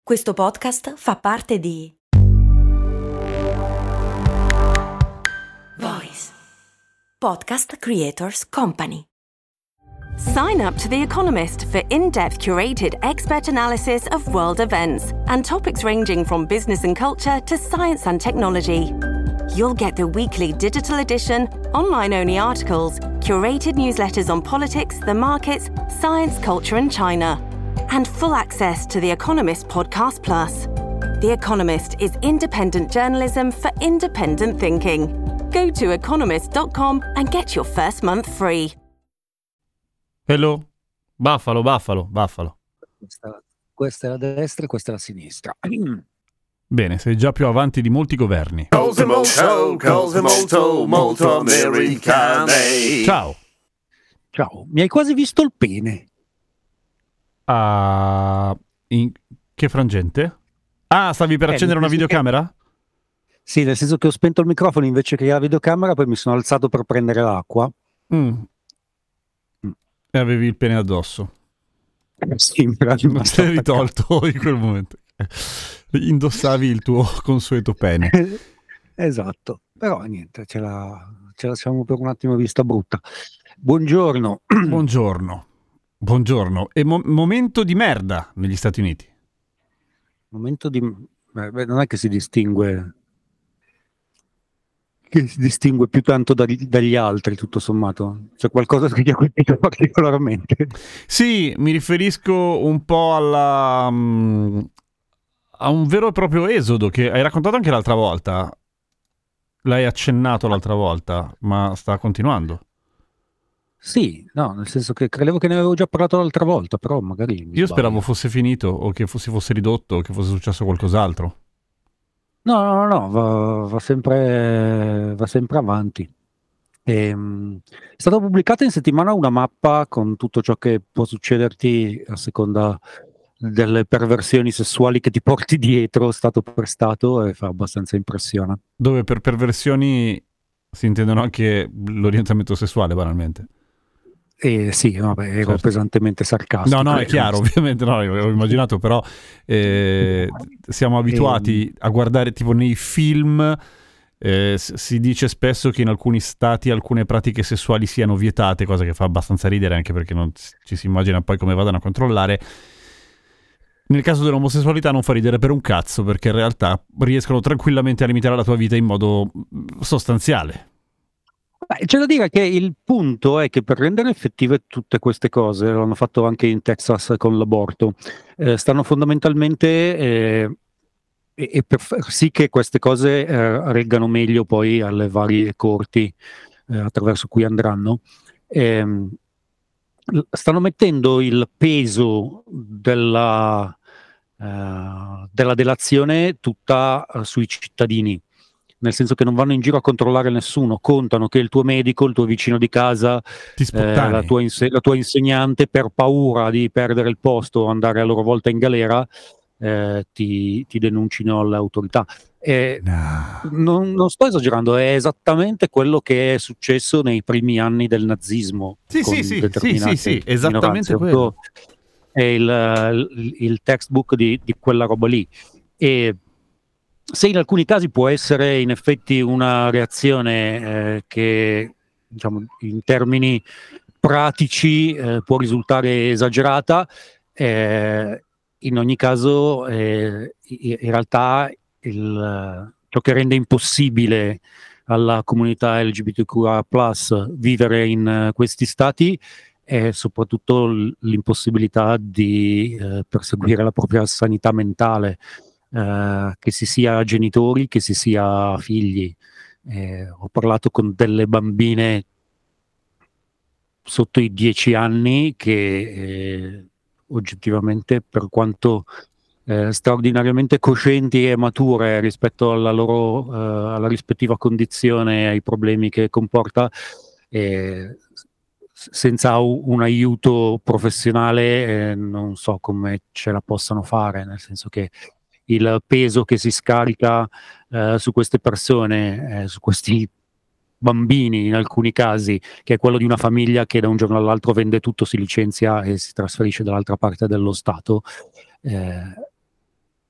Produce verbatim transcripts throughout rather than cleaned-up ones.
Questo podcast fa parte di Voice Podcast Creators Company. Sign up to The Economist for in-depth curated expert analysis of world events and topics ranging from business and culture to science and technology. You'll get the weekly digital edition, online-only articles, curated newsletters on politics, the markets, science, culture and China, and full access to The Economist Podcast Plus. The Economist is independent journalism for independent thinking. Go to economist dot com and get your first month free. Hello, Buffalo, Buffalo, Buffalo. Questa, questa è la destra e questa è la sinistra. Bene, sei già più avanti di molti governi. Cose molto, cose molto, molto americane. Ciao. Ciao, mi hai quasi visto il pene. Ah, in che frangente? Ah, stavi per Eh, accendere una nel senso che- videocamera? Sì, nel senso che ho spento il microfono invece che la videocamera, poi mi sono alzato per prendere l'acqua. Mm. Mm. E avevi il pene addosso. Sembra di Non te l'hai ritolto in quel momento. Indossavi il tuo consueto pene. Esatto, però niente, ce la, ce la siamo per un attimo vista brutta. Buongiorno. Buongiorno. Buongiorno. E mo- momento di merda negli Stati Uniti. Momento di... beh, beh, non è che si distingue che si distingue più tanto dagli, dagli altri, tutto sommato. C'è qualcosa che ti ha colpito particolarmente? Sì, mi riferisco un po' alla mm, a un vero e proprio esodo che hai raccontato anche l'altra volta. L'hai accennato l'altra volta, ma sta continuando. Sì, no, nel senso che credevo che ne avevo già parlato l'altra volta, però magari mi Io sbaglio. speravo fosse finito o che si fosse ridotto o che fosse successo qualcos'altro. No, no, no, no, va, va sempre, va sempre avanti. Ehm, è stata pubblicata in settimana una mappa con tutto ciò che può succederti a seconda delle perversioni sessuali che ti porti dietro, stato per stato, e fa abbastanza impressione. Dove per perversioni si intendono anche l'orientamento sessuale, banalmente. E sì, vabbè, ero Certo. pesantemente sarcastico. No, no, è eh, chiaro, ovviamente, no, ho immaginato, però eh, siamo abituati a guardare tipo nei film, eh, s- si dice spesso che in alcuni stati alcune pratiche sessuali siano vietate, cosa che fa abbastanza ridere anche perché non s- ci si immagina poi come vadano a controllare. Nel caso dell'omosessualità non fa ridere per un cazzo, perché in realtà riescono tranquillamente a limitare la tua vita in modo mm, sostanziale. Beh, c'è da dire che il punto è che per rendere effettive tutte queste cose, l'hanno fatto anche in Texas con l'aborto, eh, stanno fondamentalmente eh, e, e per far sì che queste cose eh, reggano meglio poi alle varie corti eh, attraverso cui andranno, ehm, l- stanno mettendo il peso della, eh, della delazione tutta eh, sui cittadini. Nel senso che non vanno in giro a controllare nessuno, contano che il tuo medico, il tuo vicino di casa, Ti eh, sputtani. la, tua inse- la tua insegnante, per paura di perdere il posto o andare a loro volta in galera, eh, ti, ti denuncino alle autorità. E No. non, non sto esagerando, è esattamente quello che è successo nei primi anni del nazismo. Sì, con sì, sì, sì, determinate sì, sì, esattamente minoranze. quello. È il, il, il textbook di, di quella roba lì. E se in alcuni casi può essere in effetti una reazione eh, che, diciamo, in termini pratici eh, può risultare esagerata, eh, in ogni caso eh, in in realtà il, ciò che rende impossibile alla comunità L G B T Q I plus vivere in eh, questi stati è soprattutto l- l'impossibilità di eh, perseguire la propria sanità mentale. Eh, che si sia genitori, che si sia figli. Eh, ho parlato con delle bambine sotto i dieci anni che eh, oggettivamente, per quanto eh, straordinariamente coscienti e mature rispetto alla loro eh, alla rispettiva condizione e ai problemi che comporta, eh, s- senza u- un aiuto professionale eh, non so come ce la possano fare, nel senso che il peso che si scarica eh, su queste persone, eh, su questi bambini in alcuni casi, che è quello di una famiglia che da un giorno all'altro vende tutto, si licenzia e si trasferisce dall'altra parte dello Stato, eh,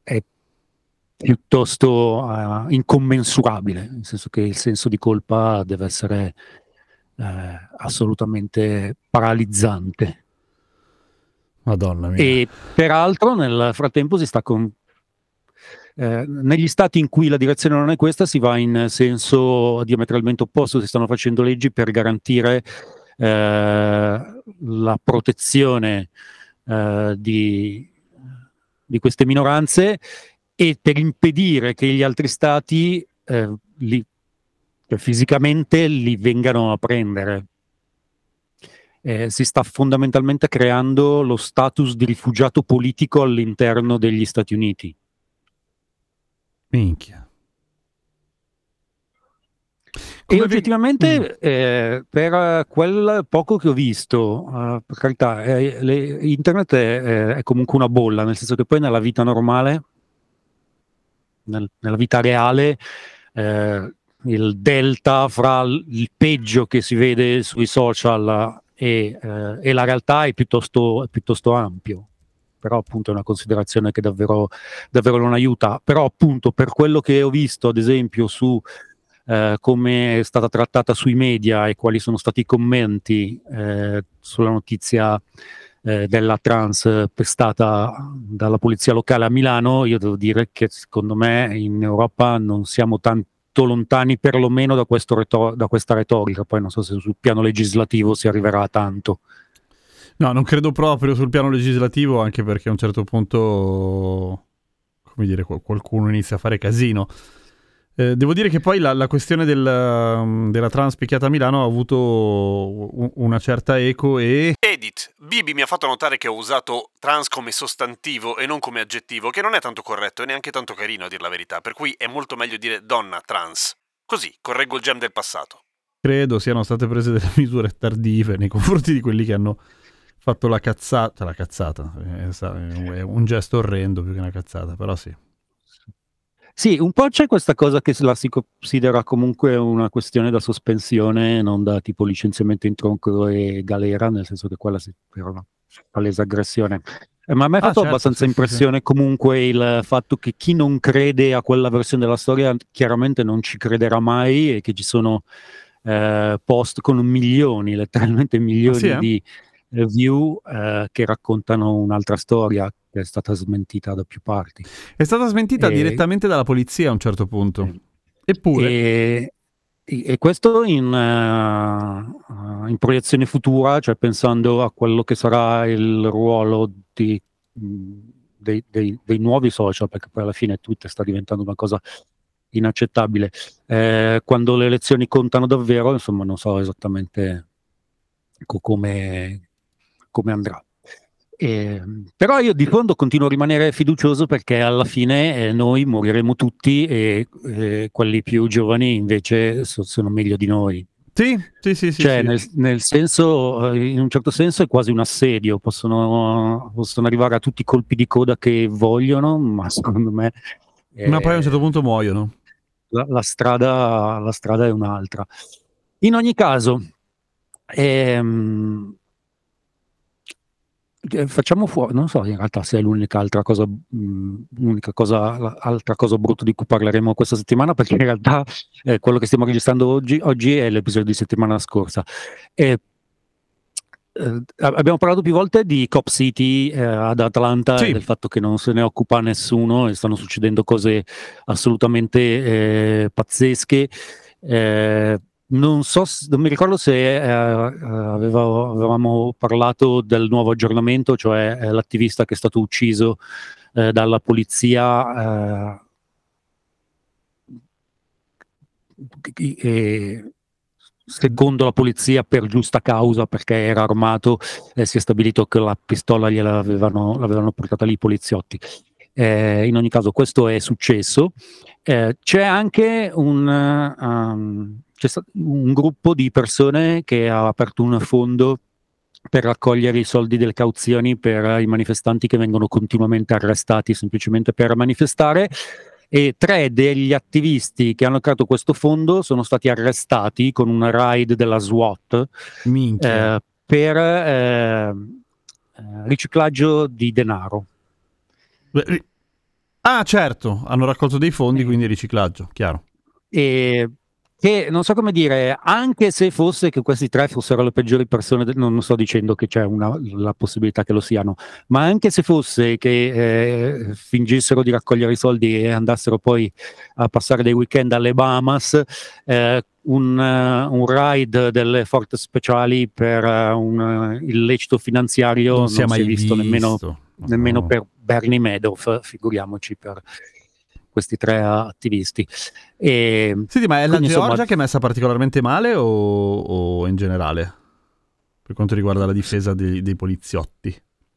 è piuttosto uh, incommensurabile, nel senso che il senso di colpa deve essere uh, assolutamente paralizzante. Madonna mia. E peraltro nel frattempo si sta con eh, negli stati in cui la direzione non è questa, si va in senso diametralmente opposto, si stanno facendo leggi per garantire eh, la protezione eh, di, di queste minoranze e per impedire che gli altri stati eh, li, cioè fisicamente li vengano a prendere. Eh, si sta fondamentalmente creando lo status di rifugiato politico all'interno degli Stati Uniti. Minchia. Come e oggettivamente, vi... eh, per quel poco che ho visto, uh, per carità, eh, le, internet è, è comunque una bolla, nel senso che poi nella vita normale, nel, nella vita reale, eh, il delta fra il peggio che si vede sui social e, eh, e la realtà è piuttosto, è piuttosto ampio. Però appunto è una considerazione che davvero, davvero non aiuta. Però appunto per quello che ho visto, ad esempio, su eh, come è stata trattata sui media e quali sono stati i commenti eh, sulla notizia eh, della trans pestata dalla polizia locale a Milano, io devo dire che secondo me in Europa non siamo tanto lontani perlomeno da, questo retor- da questa retorica. Poi non so se sul piano legislativo si arriverà a tanto. No, non credo proprio sul piano legislativo, anche perché a un certo punto, come dire, qualcuno inizia a fare casino. Eh, devo dire che poi la, la questione del, della trans picchiata a Milano ha avuto una certa eco e... Edith, Bibi mi ha fatto notare che ho usato trans come sostantivo e non come aggettivo, che non è tanto corretto e neanche tanto carino a dir la verità, per cui è molto meglio dire donna trans. Così, correggo il gem del passato. Credo siano state prese delle misure tardive nei confronti di quelli che hanno fatto la cazzata, la cazzata, è un gesto orrendo più che una cazzata, però sì. Sì, un po' c'è questa cosa che la si considera comunque una questione da sospensione, non da tipo licenziamento in tronco e galera, nel senso che quella si era una palese aggressione. Eh, ma a me ha ah, fatto certo, abbastanza sì, impressione sì. comunque il fatto che chi non crede a quella versione della storia chiaramente non ci crederà mai, e che ci sono eh, post con milioni, letteralmente milioni ah, sì, eh? di view eh, che raccontano un'altra storia che è stata smentita da più parti. È stata smentita e, direttamente dalla polizia a un certo punto. Eh, Eppure... E, e questo in, uh, in proiezione futura, cioè pensando a quello che sarà il ruolo di, mh, dei, dei, dei nuovi social, perché poi alla fine Twitter sta diventando una cosa inaccettabile. Eh, quando le elezioni contano davvero, insomma, non so esattamente co- come, come andrà. Eh, però io di fondo continuo a rimanere fiducioso, perché alla fine eh, noi moriremo tutti e eh, quelli più giovani invece so, sono meglio di noi. Sì, sì, sì, sì. Cioè sì. nel, nel senso, in un certo senso è quasi un assedio, possono, possono arrivare a tutti i colpi di coda che vogliono, ma secondo me... Eh, ma poi a un certo punto muoiono. La, la, strada, la strada è un'altra. In ogni caso... Ehm, facciamo fuori, non so in realtà se è l'unica altra cosa, mh, l'unica cosa, altra cosa brutta di cui parleremo questa settimana, perché in realtà eh, quello che stiamo registrando oggi, oggi è l'episodio di settimana scorsa. E, eh, abbiamo parlato più volte di Cop City eh, ad Atlanta, sì, e del fatto che non se ne occupa nessuno e stanno succedendo cose assolutamente eh, pazzesche. Eh, Non so, non mi ricordo se eh, aveva, avevamo parlato del nuovo aggiornamento, cioè eh, l'attivista che è stato ucciso eh, dalla polizia eh, e, secondo la polizia per giusta causa, perché era armato, eh, si è stabilito che la pistola gliel'avevano l'avevano portata lì i poliziotti. Eh, in ogni caso questo è successo. Eh, c'è anche un... Um, c'è stato un gruppo di persone che ha aperto un fondo per raccogliere i soldi delle cauzioni per i manifestanti che vengono continuamente arrestati semplicemente per manifestare, e tre degli attivisti che hanno creato questo fondo sono stati arrestati con una raid della SWAT eh, per eh, riciclaggio di denaro. Beh, Ah, certo, hanno raccolto dei fondi, quindi riciclaggio, chiaro. E che non so come dire, anche se fosse che questi tre fossero le peggiori persone, del- non sto dicendo che c'è una, la possibilità che lo siano, ma anche se fosse che eh, fingessero di raccogliere i soldi e andassero poi a passare dei weekend alle Bahamas, eh, un, eh, un ride delle forze speciali per eh, un eh, illecito finanziario Non non, si è mai si è visto, nemmeno, visto. nemmeno No. per Bernie Madoff, figuriamoci per questi tre attivisti. E Senti, ma è la quindi, insomma, Georgia che è messa particolarmente male o, o in generale? Per quanto riguarda la difesa dei, dei poliziotti.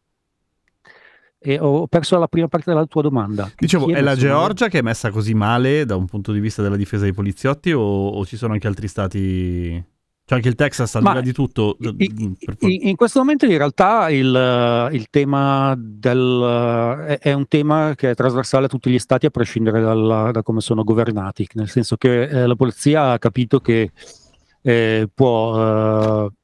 E ho perso la prima parte della tua domanda. Dicevo, Chi è la messo male? Georgia che è messa così male da un punto di vista della difesa dei poliziotti o, o ci sono anche altri stati... Cioè anche il Texas, al di Ma là di tutto... i- i- per for- i- in questo momento in realtà il, eh, il tema del, è, è un tema che è trasversale a tutti gli stati a prescindere dalla- da come sono governati, nel senso che eh, la polizia ha capito che eh, può eh,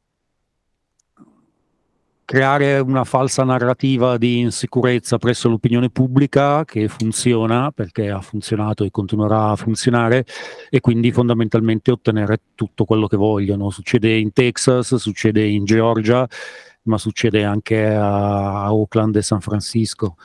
creare una falsa narrativa di insicurezza presso l'opinione pubblica che funziona perché ha funzionato e continuerà a funzionare, e quindi fondamentalmente ottenere tutto quello che vogliono. Succede in Texas, succede in Georgia, ma succede anche a, a Oakland e San Francisco.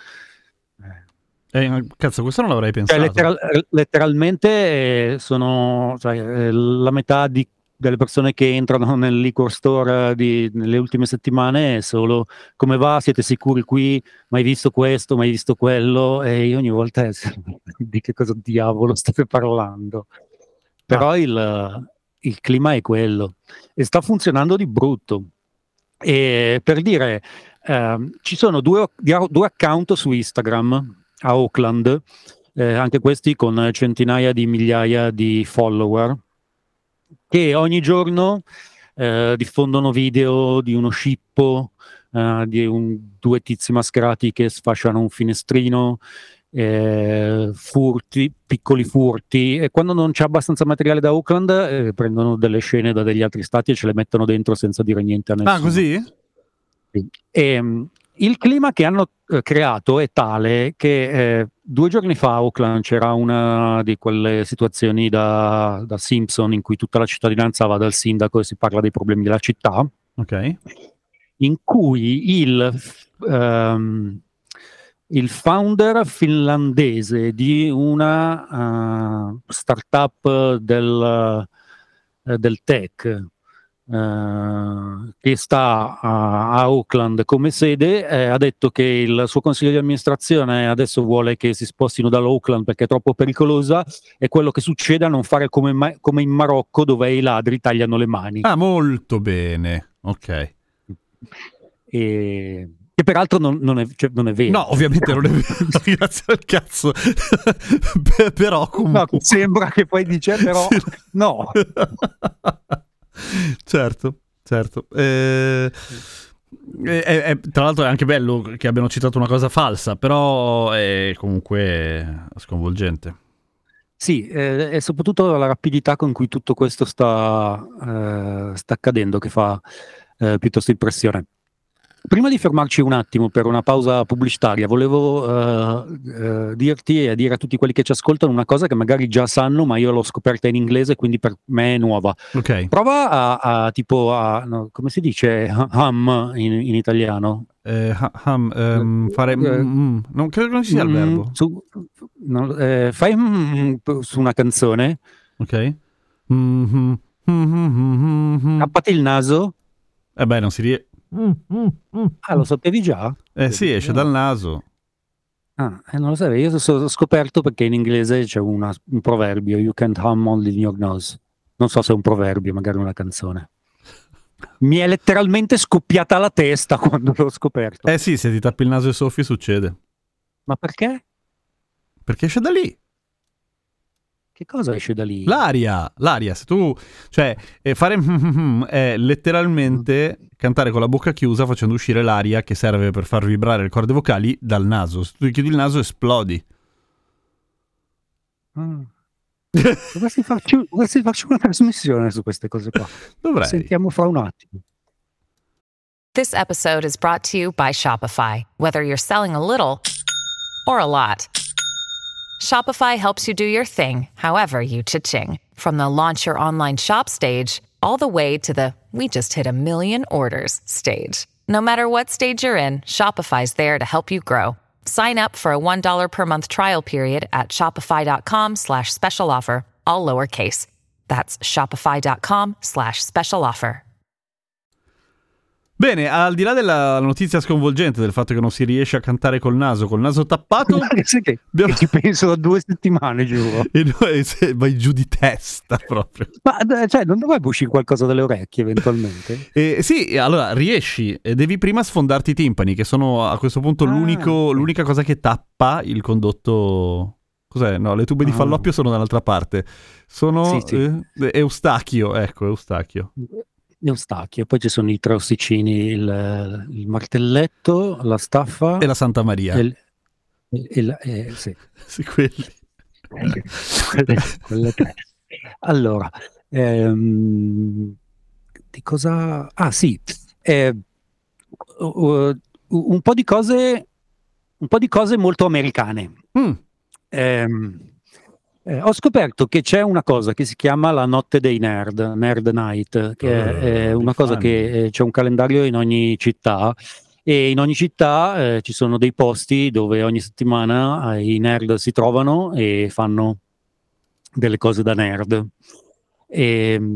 Eh, cazzo, questo non l'avrei Cioè, pensato. letteral- letteralmente eh, sono cioè, eh, la metà di- delle persone che entrano nel liquor store eh, di- nelle ultime settimane è solo come va, siete sicuri qui, mai visto questo, mai visto quello, e io ogni volta è, di che cosa diavolo state parlando? Però il, il clima è quello e sta funzionando di brutto. E per dire, ehm, ci sono due, due account su Instagram a Oakland, eh, anche questi con centinaia di migliaia di follower, che ogni giorno eh, diffondono video di uno scippo, eh, di un- due tizi mascherati che sfasciano un finestrino, eh, furti, piccoli furti, e quando non c'è abbastanza materiale da Oakland eh, prendono delle scene da degli altri stati e ce le mettono dentro senza dire niente a nessuno. Ah, così? Sì. E, mh, il clima che hanno eh, creato è tale che eh, due giorni fa a Oakland c'era una di quelle situazioni da, da Simpson in cui tutta la cittadinanza va dal sindaco e si parla dei problemi della città, Ok. in cui il, ehm, il founder finlandese di una uh, startup del, eh, del tech eh, che sta a, a Oakland come sede, eh, ha detto che il suo consiglio di amministrazione adesso vuole che si spostino dall'Oakland perché è troppo pericolosa, e quello che succede a non fare come, ma- come in Marocco, dove i ladri tagliano le mani. Ah, molto bene. Ok. E, che peraltro non, non è, cioè, non è vero. No, ovviamente non è vero. Grazie al cazzo. Beh, però comunque... No, che sembra che poi dice, però Sì. no. Certo, certo. Eh, è- è- è- tra l'altro è anche bello che abbiano citato una cosa falsa, però è comunque sconvolgente. Sì, eh, e soprattutto la rapidità con cui tutto questo sta, eh, sta accadendo che fa eh, piuttosto impressione. Prima di fermarci un attimo per una pausa pubblicitaria, volevo eh, eh, dirti e dire a tutti quelli che ci ascoltano una cosa che magari già sanno, ma io l'ho scoperta in inglese, quindi per me è nuova. Ok. Prova a, a tipo a, no, come si dice hum in, in italiano? Eh, ha- ham, ehm, fare... Eh, mm, mm, non credo che non ci sia il Mm, verbo. su- no, eh, fai mm, su una canzone, Ok. Mhm, mhm, mhm, mhm. tappati il naso. Eh beh, non si riesce. Ah, lo sapevi già? Eh sì, esce dal naso. Ah, eh, non lo sapevo. Io so- ho scoperto perché in inglese c'è una- un proverbio, you can't hum only in your nose. Non so se è un proverbio, magari una canzone. Mi è letteralmente scoppiata la testa quando l'ho scoperto. Eh sì, se ti tappi il naso e soffi succede. Ma perché? Perché esce da lì. Che cosa esce da lì? L'aria, l'aria, se tu, cioè, eh, fare è letteralmente cantare con la bocca chiusa facendo uscire l'aria che serve per far vibrare le corde vocali dal naso. Se tu chiudi il naso esplodi. Ah. Dovresti farci, dovresti farci una trasmissione su queste cose qua. Dovrei. Sentiamo fra un attimo. This episode is brought to you by Shopify. Whether you're selling a little or a lot, Shopify helps you do your thing, however you cha-ching. From the launch your online shop stage, all the way to the we just hit a million orders stage. No matter what stage you're in, Shopify's there to help you grow. Sign up for a one dollar per month trial period at shopify.com slash special offer, all lowercase. That's shopify.com slash special offer. Bene, al di là della notizia sconvolgente del fatto che non si riesce a cantare col naso, col naso tappato, Sì, che, abbiamo- che ci penso da due settimane, giuro. e noi se- vai giù di testa proprio. Ma eh, cioè, non dovrebbe uscire qualcosa dalle orecchie eventualmente? Eh, sì, allora riesci, e devi prima sfondarti i timpani, che sono a questo punto Ah, l'unico, ok. l'unica cosa che tappa il condotto. Cos'è? No, le tube di Ah. Falloppio sono dall'altra parte. Sono Sì, sì. eh, Eustachio, ecco, Eustachio. Eustachio, poi ci sono i tre ossicini, il, il martelletto, la staffa E la Santa Maria. e il- e- e la- eh, sì. Sì, quelli. quelle, quelle tre. Allora, ehm, di cosa... Ah sì, eh, uh, uh, un po' di cose, un po' di cose molto americane. Mm. Ehm, eh, ho scoperto che c'è una cosa che si chiama la notte dei nerd, Nerd Night, che è, è Oh, una big cosa fan. che eh, c'è un calendario in ogni città e in ogni città eh, ci sono dei posti dove ogni settimana eh, i nerd si trovano e fanno delle cose da nerd. E,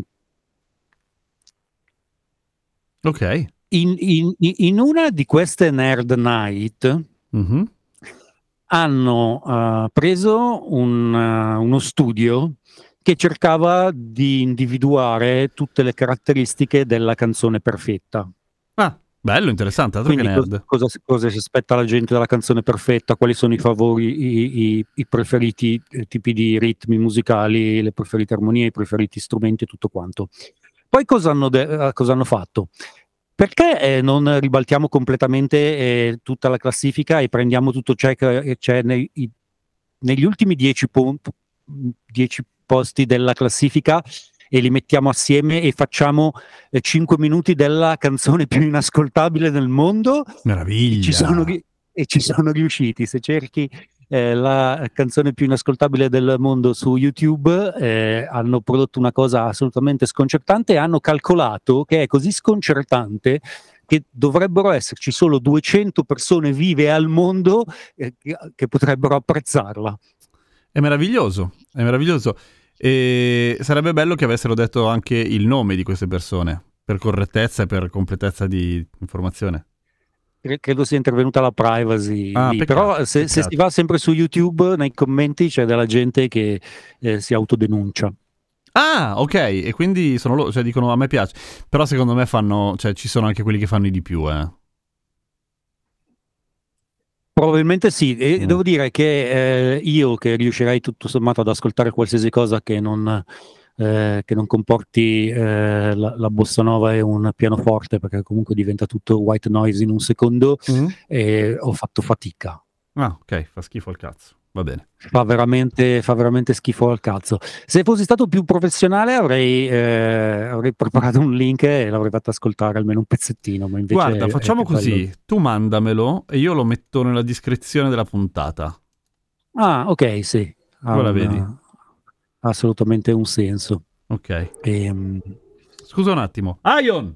Ok. in, in- in una di queste Nerd Night Mhm. hanno eh, preso un, eh, uno studio che cercava di individuare tutte le caratteristiche della canzone perfetta. Ah, bello, interessante, altro che Quindi cos- nerd. cosa, si- cosa si aspetta la gente dalla canzone perfetta, quali sono i favori, i, i- i preferiti eh, tipi di ritmi musicali, le preferite armonie, i preferiti strumenti e tutto quanto. Poi cosa hanno, de- eh, cosa hanno fatto? Perché eh, non ribaltiamo completamente eh, tutta la classifica e prendiamo tutto ciò che c'è nei- i- negli ultimi dieci, po- dieci posti della classifica e li mettiamo assieme e facciamo eh, cinque minuti della canzone più inascoltabile del mondo? Meraviglia. E ci sono, ri- e ci sono riusciti. Se cerchi eh, la canzone più inascoltabile del mondo su YouTube, eh, hanno prodotto una cosa assolutamente sconcertante e hanno calcolato che è così sconcertante che dovrebbero esserci solo duecento persone vive al mondo eh, che, che potrebbero apprezzarla. È meraviglioso, è meraviglioso. E sarebbe bello che avessero detto anche il nome di queste persone, per correttezza e per completezza di informazione. Cre- Credo sia intervenuta la privacy Ah, lì. peccato, Però se, se peccato. si va sempre su YouTube, nei commenti c'è della gente che eh, si autodenuncia. Ah, ok, e quindi sono loro, cioè dicono a me piace, però secondo me fanno, cioè ci sono anche quelli che fanno i di più, eh. Probabilmente sì, e Mm. devo dire che eh, io che riuscirei tutto sommato ad ascoltare qualsiasi cosa che non, eh, che non comporti eh, la, la bossa nova e un pianoforte, perché comunque diventa tutto white noise in un secondo, Mm. e ho fatto fatica. Ah, ok, fa schifo al cazzo, va bene. Fa veramente, fa veramente schifo al cazzo. Se fossi stato più professionale avrei, eh, avrei preparato un link e l'avrei fatto ascoltare almeno un pezzettino, ma invece Guarda, è- facciamo è quello. così, tu mandamelo e io lo metto nella descrizione della puntata. Ah, ok, sì. Ha Come la un- vedi? ha assolutamente un senso. Ok. Ehm, Scusa un attimo. Ion!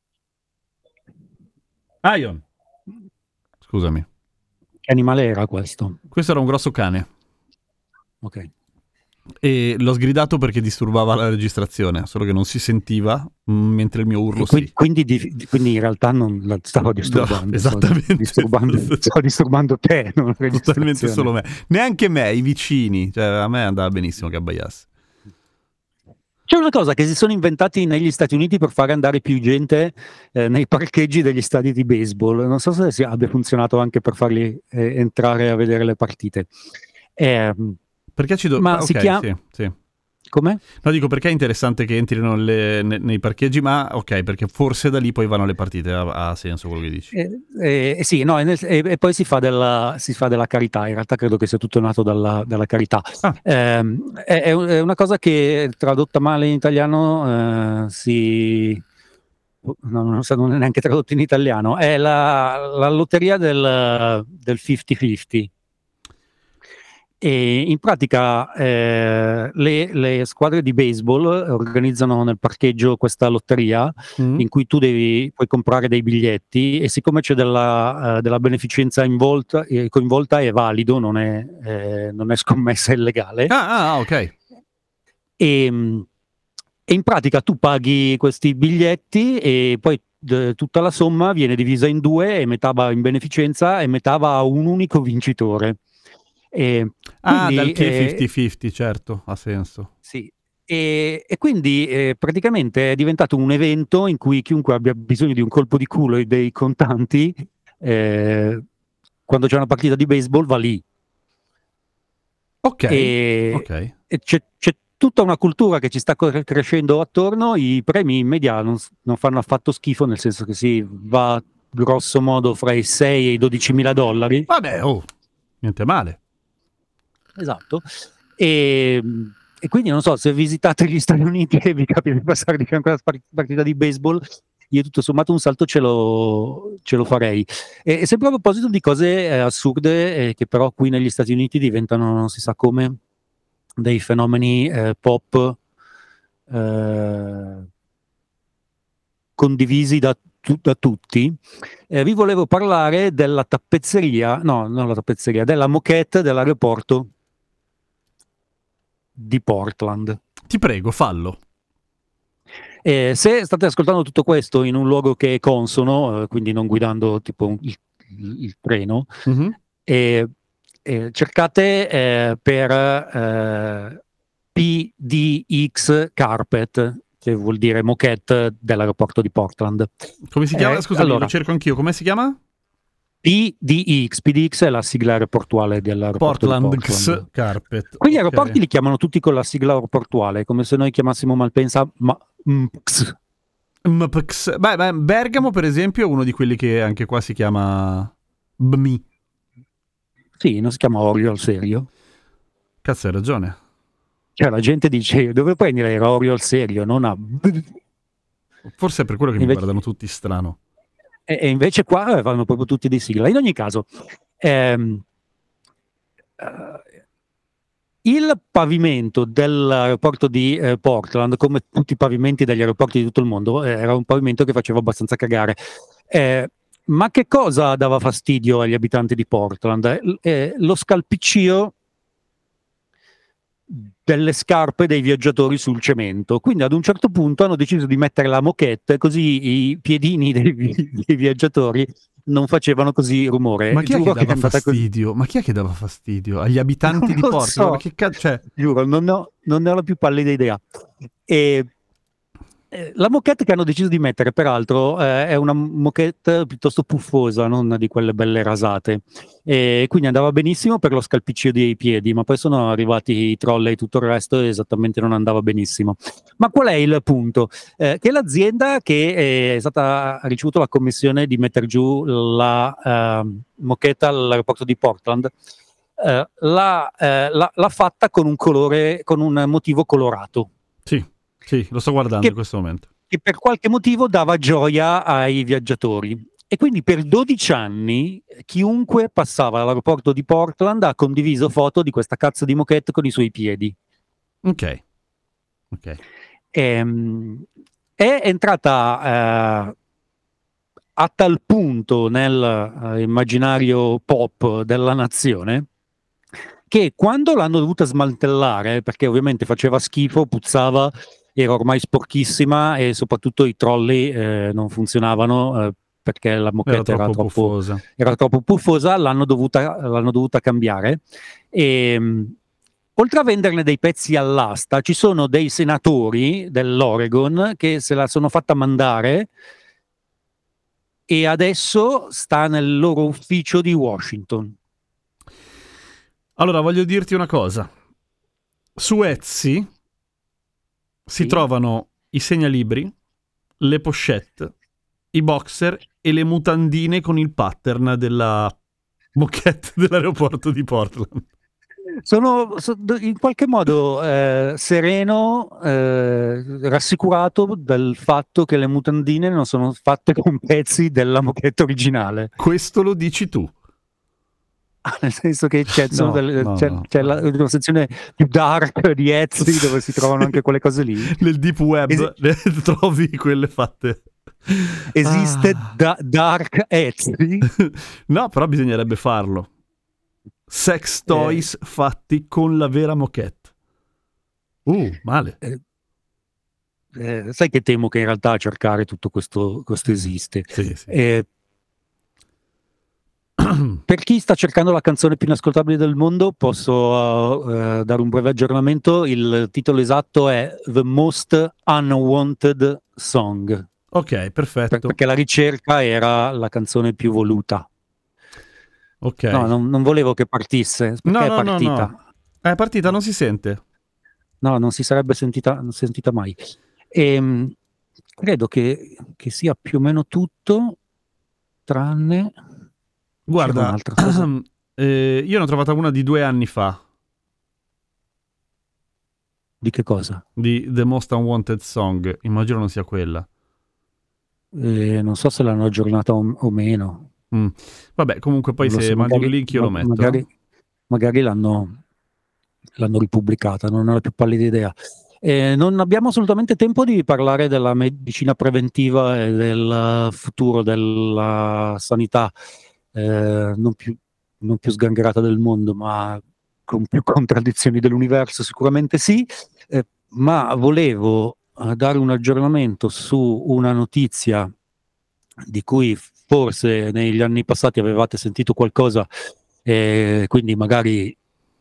Ion! Scusami. che animale era questo? Questo era un grosso cane Ok. e l'ho sgridato perché disturbava la registrazione, solo che non si sentiva, mm, mentre il mio urlo E quindi, sì. quindi, di- di- quindi in realtà non la stavo disturbando. No, stavo esattamente. disturbando, stavo disturbando te, non la Totalmente registrazione. solo me. Neanche me, i vicini. Cioè, a me andava benissimo che abbaiasse. C'è una cosa che si sono inventati negli Stati Uniti per fare andare più gente eh, nei parcheggi degli stadi di baseball. Non so se si abbia funzionato anche per farli eh, entrare a vedere le partite. Ehm, Perché ci do... Ma ah, si ok, chiama- sì, sì. Com'è? No, dico perché è interessante che entrino le- ne- nei parcheggi, ma ok, perché forse da lì poi vanno le partite, ha, ha senso quello che dici. Eh, eh, sì, no, e, nel- e- e poi si fa, della, si fa della carità. In realtà credo che sia tutto nato dalla, dalla carità. Ah. Ehm, è, è un- è una cosa che tradotta male in italiano eh, si... no, non, so, non è neanche tradotto in italiano. È la, la lotteria del, del cinquanta cinquanta. E in pratica eh, le, le squadre di baseball organizzano nel parcheggio questa lotteria Mm. in cui tu devi, puoi comprare dei biglietti, e siccome c'è della, eh, della beneficenza involta, eh, coinvolta, è valido, non è, eh, non è scommessa illegale. Ah, ah, ok. E, mh, e in pratica tu paghi questi biglietti e poi d- tutta la somma viene divisa in due, e metà va in beneficenza e metà va a un unico vincitore. E Ah, quindi, dal che eh, cinquanta cinquanta, certo, ha senso. sì. E, e quindi eh, praticamente è diventato un evento in cui chiunque abbia bisogno di un colpo di culo e dei contanti, eh, quando c'è una partita di baseball va lì. Ok, E, ok. e c'è, c'è tutta una cultura che ci sta cre- crescendo attorno. I premi in media non, s- non fanno affatto schifo, nel senso che si va grosso modo fra i sei e i dodicimila dollari. Vabbè, oh, niente male. Esatto. E, e quindi non so, se visitate gli Stati Uniti e vi capita di passare di fianco a una spar- partita di baseball, io tutto sommato un salto ce lo, ce lo farei. E, e sempre a proposito di cose eh, assurde, eh, che però qui negli Stati Uniti diventano, non si sa come, dei fenomeni eh, pop eh, condivisi da, tu- da tutti, eh, vi volevo parlare della tappezzeria, no, non la tappezzeria, della moquette dell'aeroporto di Portland. Ti prego, fallo. Eh, se state ascoltando tutto questo in un luogo che è consono, eh, quindi non guidando tipo un- il, il- il treno, Mhm. eh, eh, cercate eh, per eh, P D X Carpet, che vuol dire moquette dell'aeroporto di Portland. Come si chiama? Eh, Scusami, allora, lo cerco anch'io. Come si chiama? P D X, P D X è la sigla aeroportuale dell'aeroporto Portland di Portland. X Carpet. Qui gli Ok. aeroporti li chiamano tutti con la sigla aeroportuale, come se noi chiamassimo Malpensa ma, M P X. M P X. Beh, beh, Bergamo, per esempio, è uno di quelli che anche qua si chiama B M I. Sì, non si chiama Orio al serio. Cazzo, hai ragione. Cioè la gente dice dove prendi l'aereo al serio, non a... Forse è per quello che Invece- mi guardano tutti strano. E, e invece qua vanno proprio tutti di sigla. In ogni caso, ehm, eh, il pavimento dell'aeroporto di eh, Portland, come tutti i pavimenti degli aeroporti di tutto il mondo, eh, era un pavimento che faceva abbastanza cagare. Eh, ma che cosa dava fastidio agli abitanti di Portland? Eh, eh, lo scalpiccio delle scarpe dei viaggiatori sul cemento. Quindi ad un certo punto hanno deciso di mettere la moquette, così i piedini dei, vi- dei viaggiatori non facevano così rumore. Ma chi è Giuro che è dava andata così. fastidio? Ma chi è che dava fastidio? Agli abitanti di Non lo Portland? so. Ma che cazzo? Cioè, Giuro, non ho, non ne ho la più pallida idea. E, eh, la moquette che hanno deciso di mettere, peraltro, eh, è una moquette piuttosto puffosa, non di quelle belle rasate. E quindi andava benissimo per lo scalpiccio dei piedi, ma poi sono arrivati i trolley e tutto il resto e esattamente non andava benissimo. Ma qual è il punto? Eh, che l'azienda che è stata, ha ricevuto la commissione di mettere giù la eh, moquette all'aeroporto di Portland, eh, l'ha, eh, l'ha- l'ha fatta con un colore, con un motivo colorato, sì, sì, lo sto guardando Che- in questo momento. che per qualche motivo dava gioia ai viaggiatori. E quindi per dodici anni chiunque passava all'aeroporto di Portland ha condiviso foto di questa cazzo di moquette con i suoi piedi. Ok. Ok. Ehm, è entrata eh, a tal punto nel eh, immaginario pop della nazione che quando l'hanno dovuta smantellare, perché ovviamente faceva schifo, puzzava, era ormai sporchissima e soprattutto i trolley eh, non funzionavano eh, perché la Era moquette troppo era troppo, puffosa. era troppo puffosa, l'hanno dovuta, l'hanno dovuta cambiare. E, mh, oltre a venderne dei pezzi all'asta, ci sono dei senatori dell'Oregon che se la sono fatta mandare e adesso sta nel loro ufficio di Washington. Allora, voglio dirti una cosa. Su Etsy si Sì. trovano i segnalibri, le pochette, i boxer e le mutandine con il pattern della moquette dell'aeroporto di Portland. Sono so- in qualche modo eh, sereno, eh, rassicurato dal fatto che le mutandine non sono fatte con pezzi della moquette originale. Questo lo dici tu. nel senso che c'è, sono No, delle- no, c'è, no. c'è la, una sezione più dark di Etsy dove si trovano anche quelle cose lì. Nel deep web Es- trovi quelle fatte. Esiste Ah. da- Dark Etsy? No, però bisognerebbe farlo. Sex toys fatti con la vera moquette. Uh, male. Eh, sai che temo che in realtà a cercare tutto questo, questo esiste. Sì, sì. Eh, per chi sta cercando la canzone più inascoltabile del mondo, posso uh, uh, dare un breve aggiornamento. Il titolo esatto è The Most Unwanted Song, Ok, per- perfetto. perché la ricerca era la canzone più voluta. Ok. No, non, non volevo che partisse, perché No, è no, no, partita. no. È partita, non si sente. No, non si sarebbe sentita, sentita mai. Ehm, credo che, che sia più o meno tutto, tranne... c'era Guarda, un'altra cosa. eh, io ne ho trovata una di due anni fa, Di che cosa? di The Most Unwanted Song. Immagino non sia quella. Eh, non so se l'hanno aggiornata o, o meno. Mm. Vabbè, comunque poi Non lo se so, mandi magari- un link io lo ma- metto. Magari, magari l'hanno, l'hanno ripubblicata, non ho la più pallida idea. Eh, non abbiamo assolutamente tempo di parlare della medicina preventiva e del futuro della sanità, eh, non più, non più sgangherata del mondo, ma con più contraddizioni dell'universo, sicuramente sì. Eh, ma volevo eh, dare un aggiornamento su una notizia di cui forse negli anni passati avevate sentito qualcosa, eh, quindi magari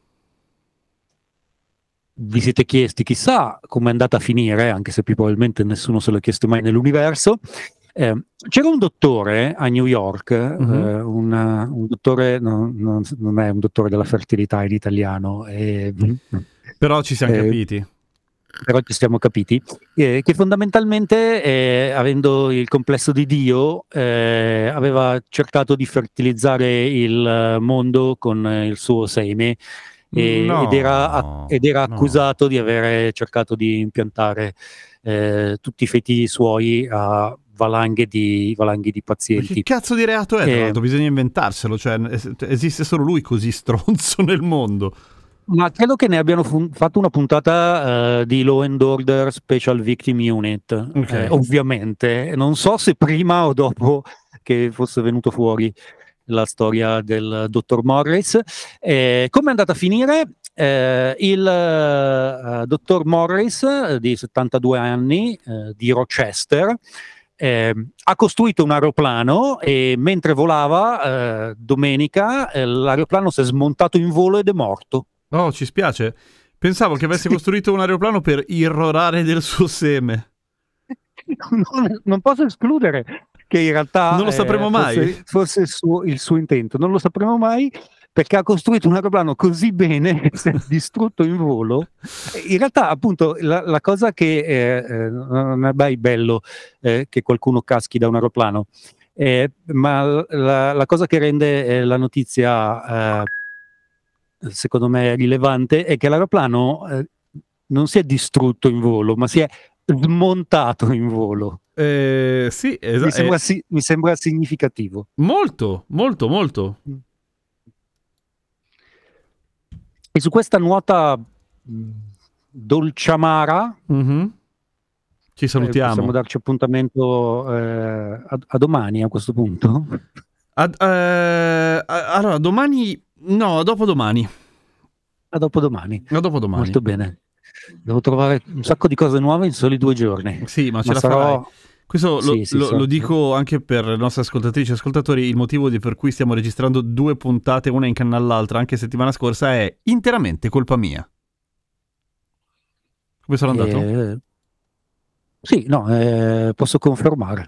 vi siete chiesti chissà come è andata a finire, anche se più probabilmente nessuno se l'ha chiesto mai nell'universo. Eh, c'era un dottore a New York, Mhm. eh, un, un dottore, no, non, non è un dottore della fertilità in italiano, eh, Però ci siamo Eh, capiti. però ci siamo capiti, eh, che fondamentalmente, eh, avendo il complesso di Dio, eh, aveva cercato di fertilizzare il mondo con eh, il suo seme, e- No, ed era, a- ed era no. accusato di avere cercato di impiantare eh, tutti i feti suoi a valanghe di, valanghe di Ma pazienti. che cazzo di reato è? Tra Eh, l'altro, bisogna inventarselo. Cioè, es- esiste solo lui così stronzo nel mondo. Ma credo che ne abbiano fun- fatto una puntata eh, di Law and Order Special Victim Unit, Ok. eh, ovviamente. Non so se prima o dopo che fosse venuto fuori la storia del dottor Morris. Eh, come è andata a finire? Eh, il eh, dottor Morris, eh, di settantadue anni, eh, di Rochester, eh, ha costruito un aeroplano e mentre volava, eh, domenica, eh, l'aeroplano si è smontato in volo ed è morto. Oh, ci spiace. Pensavo che avesse Sì. costruito un aeroplano per irrorare del suo seme. non, non posso escludere che in realtà Non lo eh, sapremo mai. fosse, fosse il, suo, il suo intento, non lo sapremo mai, perché ha costruito un aeroplano così bene che si è distrutto in volo. In realtà, appunto, la, la cosa che eh, eh, non è mai bello eh, che qualcuno caschi da un aeroplano, eh, ma la, la cosa che rende eh, la notizia, eh, secondo me, rilevante è che l'aeroplano eh, non si è distrutto in volo, ma si è smontato in volo. Eh, sì, Mi esatto. sembra, si- mi sembra significativo. Molto, molto, molto. E su questa nuota mh, dolciamara, Mhm. Ci eh, salutiamo. possiamo darci appuntamento eh, a, a domani a questo punto. Ad- eh, a- allora, domani... No, dopodomani. A dopodomani. A dopodomani. Molto bene. Devo trovare un sacco di cose nuove in soli due giorni. Sì, ma ce Ma la sarò- farai. Questo lo, Sì, sì, lo- so. lo dico anche per le nostre ascoltatrici e ascoltatori, il motivo di- per cui stiamo registrando due puntate, una in canna all'altra, anche settimana scorsa, è interamente colpa mia. Come sono andato? Eh, sì, no, eh, posso confermare.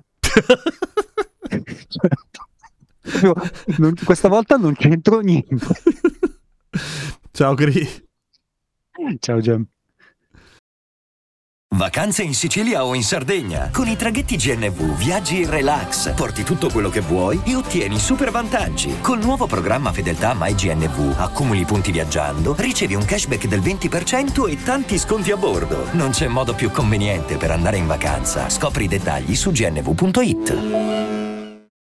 Proprio non- questa volta non c'entro niente. Ciao, Cri. Ciao Gem. Vacanze in Sicilia o in Sardegna. Con i traghetti G N V viaggi in relax, porti tutto quello che vuoi e ottieni super vantaggi. Col nuovo programma Fedeltà MyGNV accumuli punti viaggiando, ricevi un cashback del venti per cento e tanti sconti a bordo. Non c'è modo più conveniente per andare in vacanza. Scopri i dettagli su gnv punto it.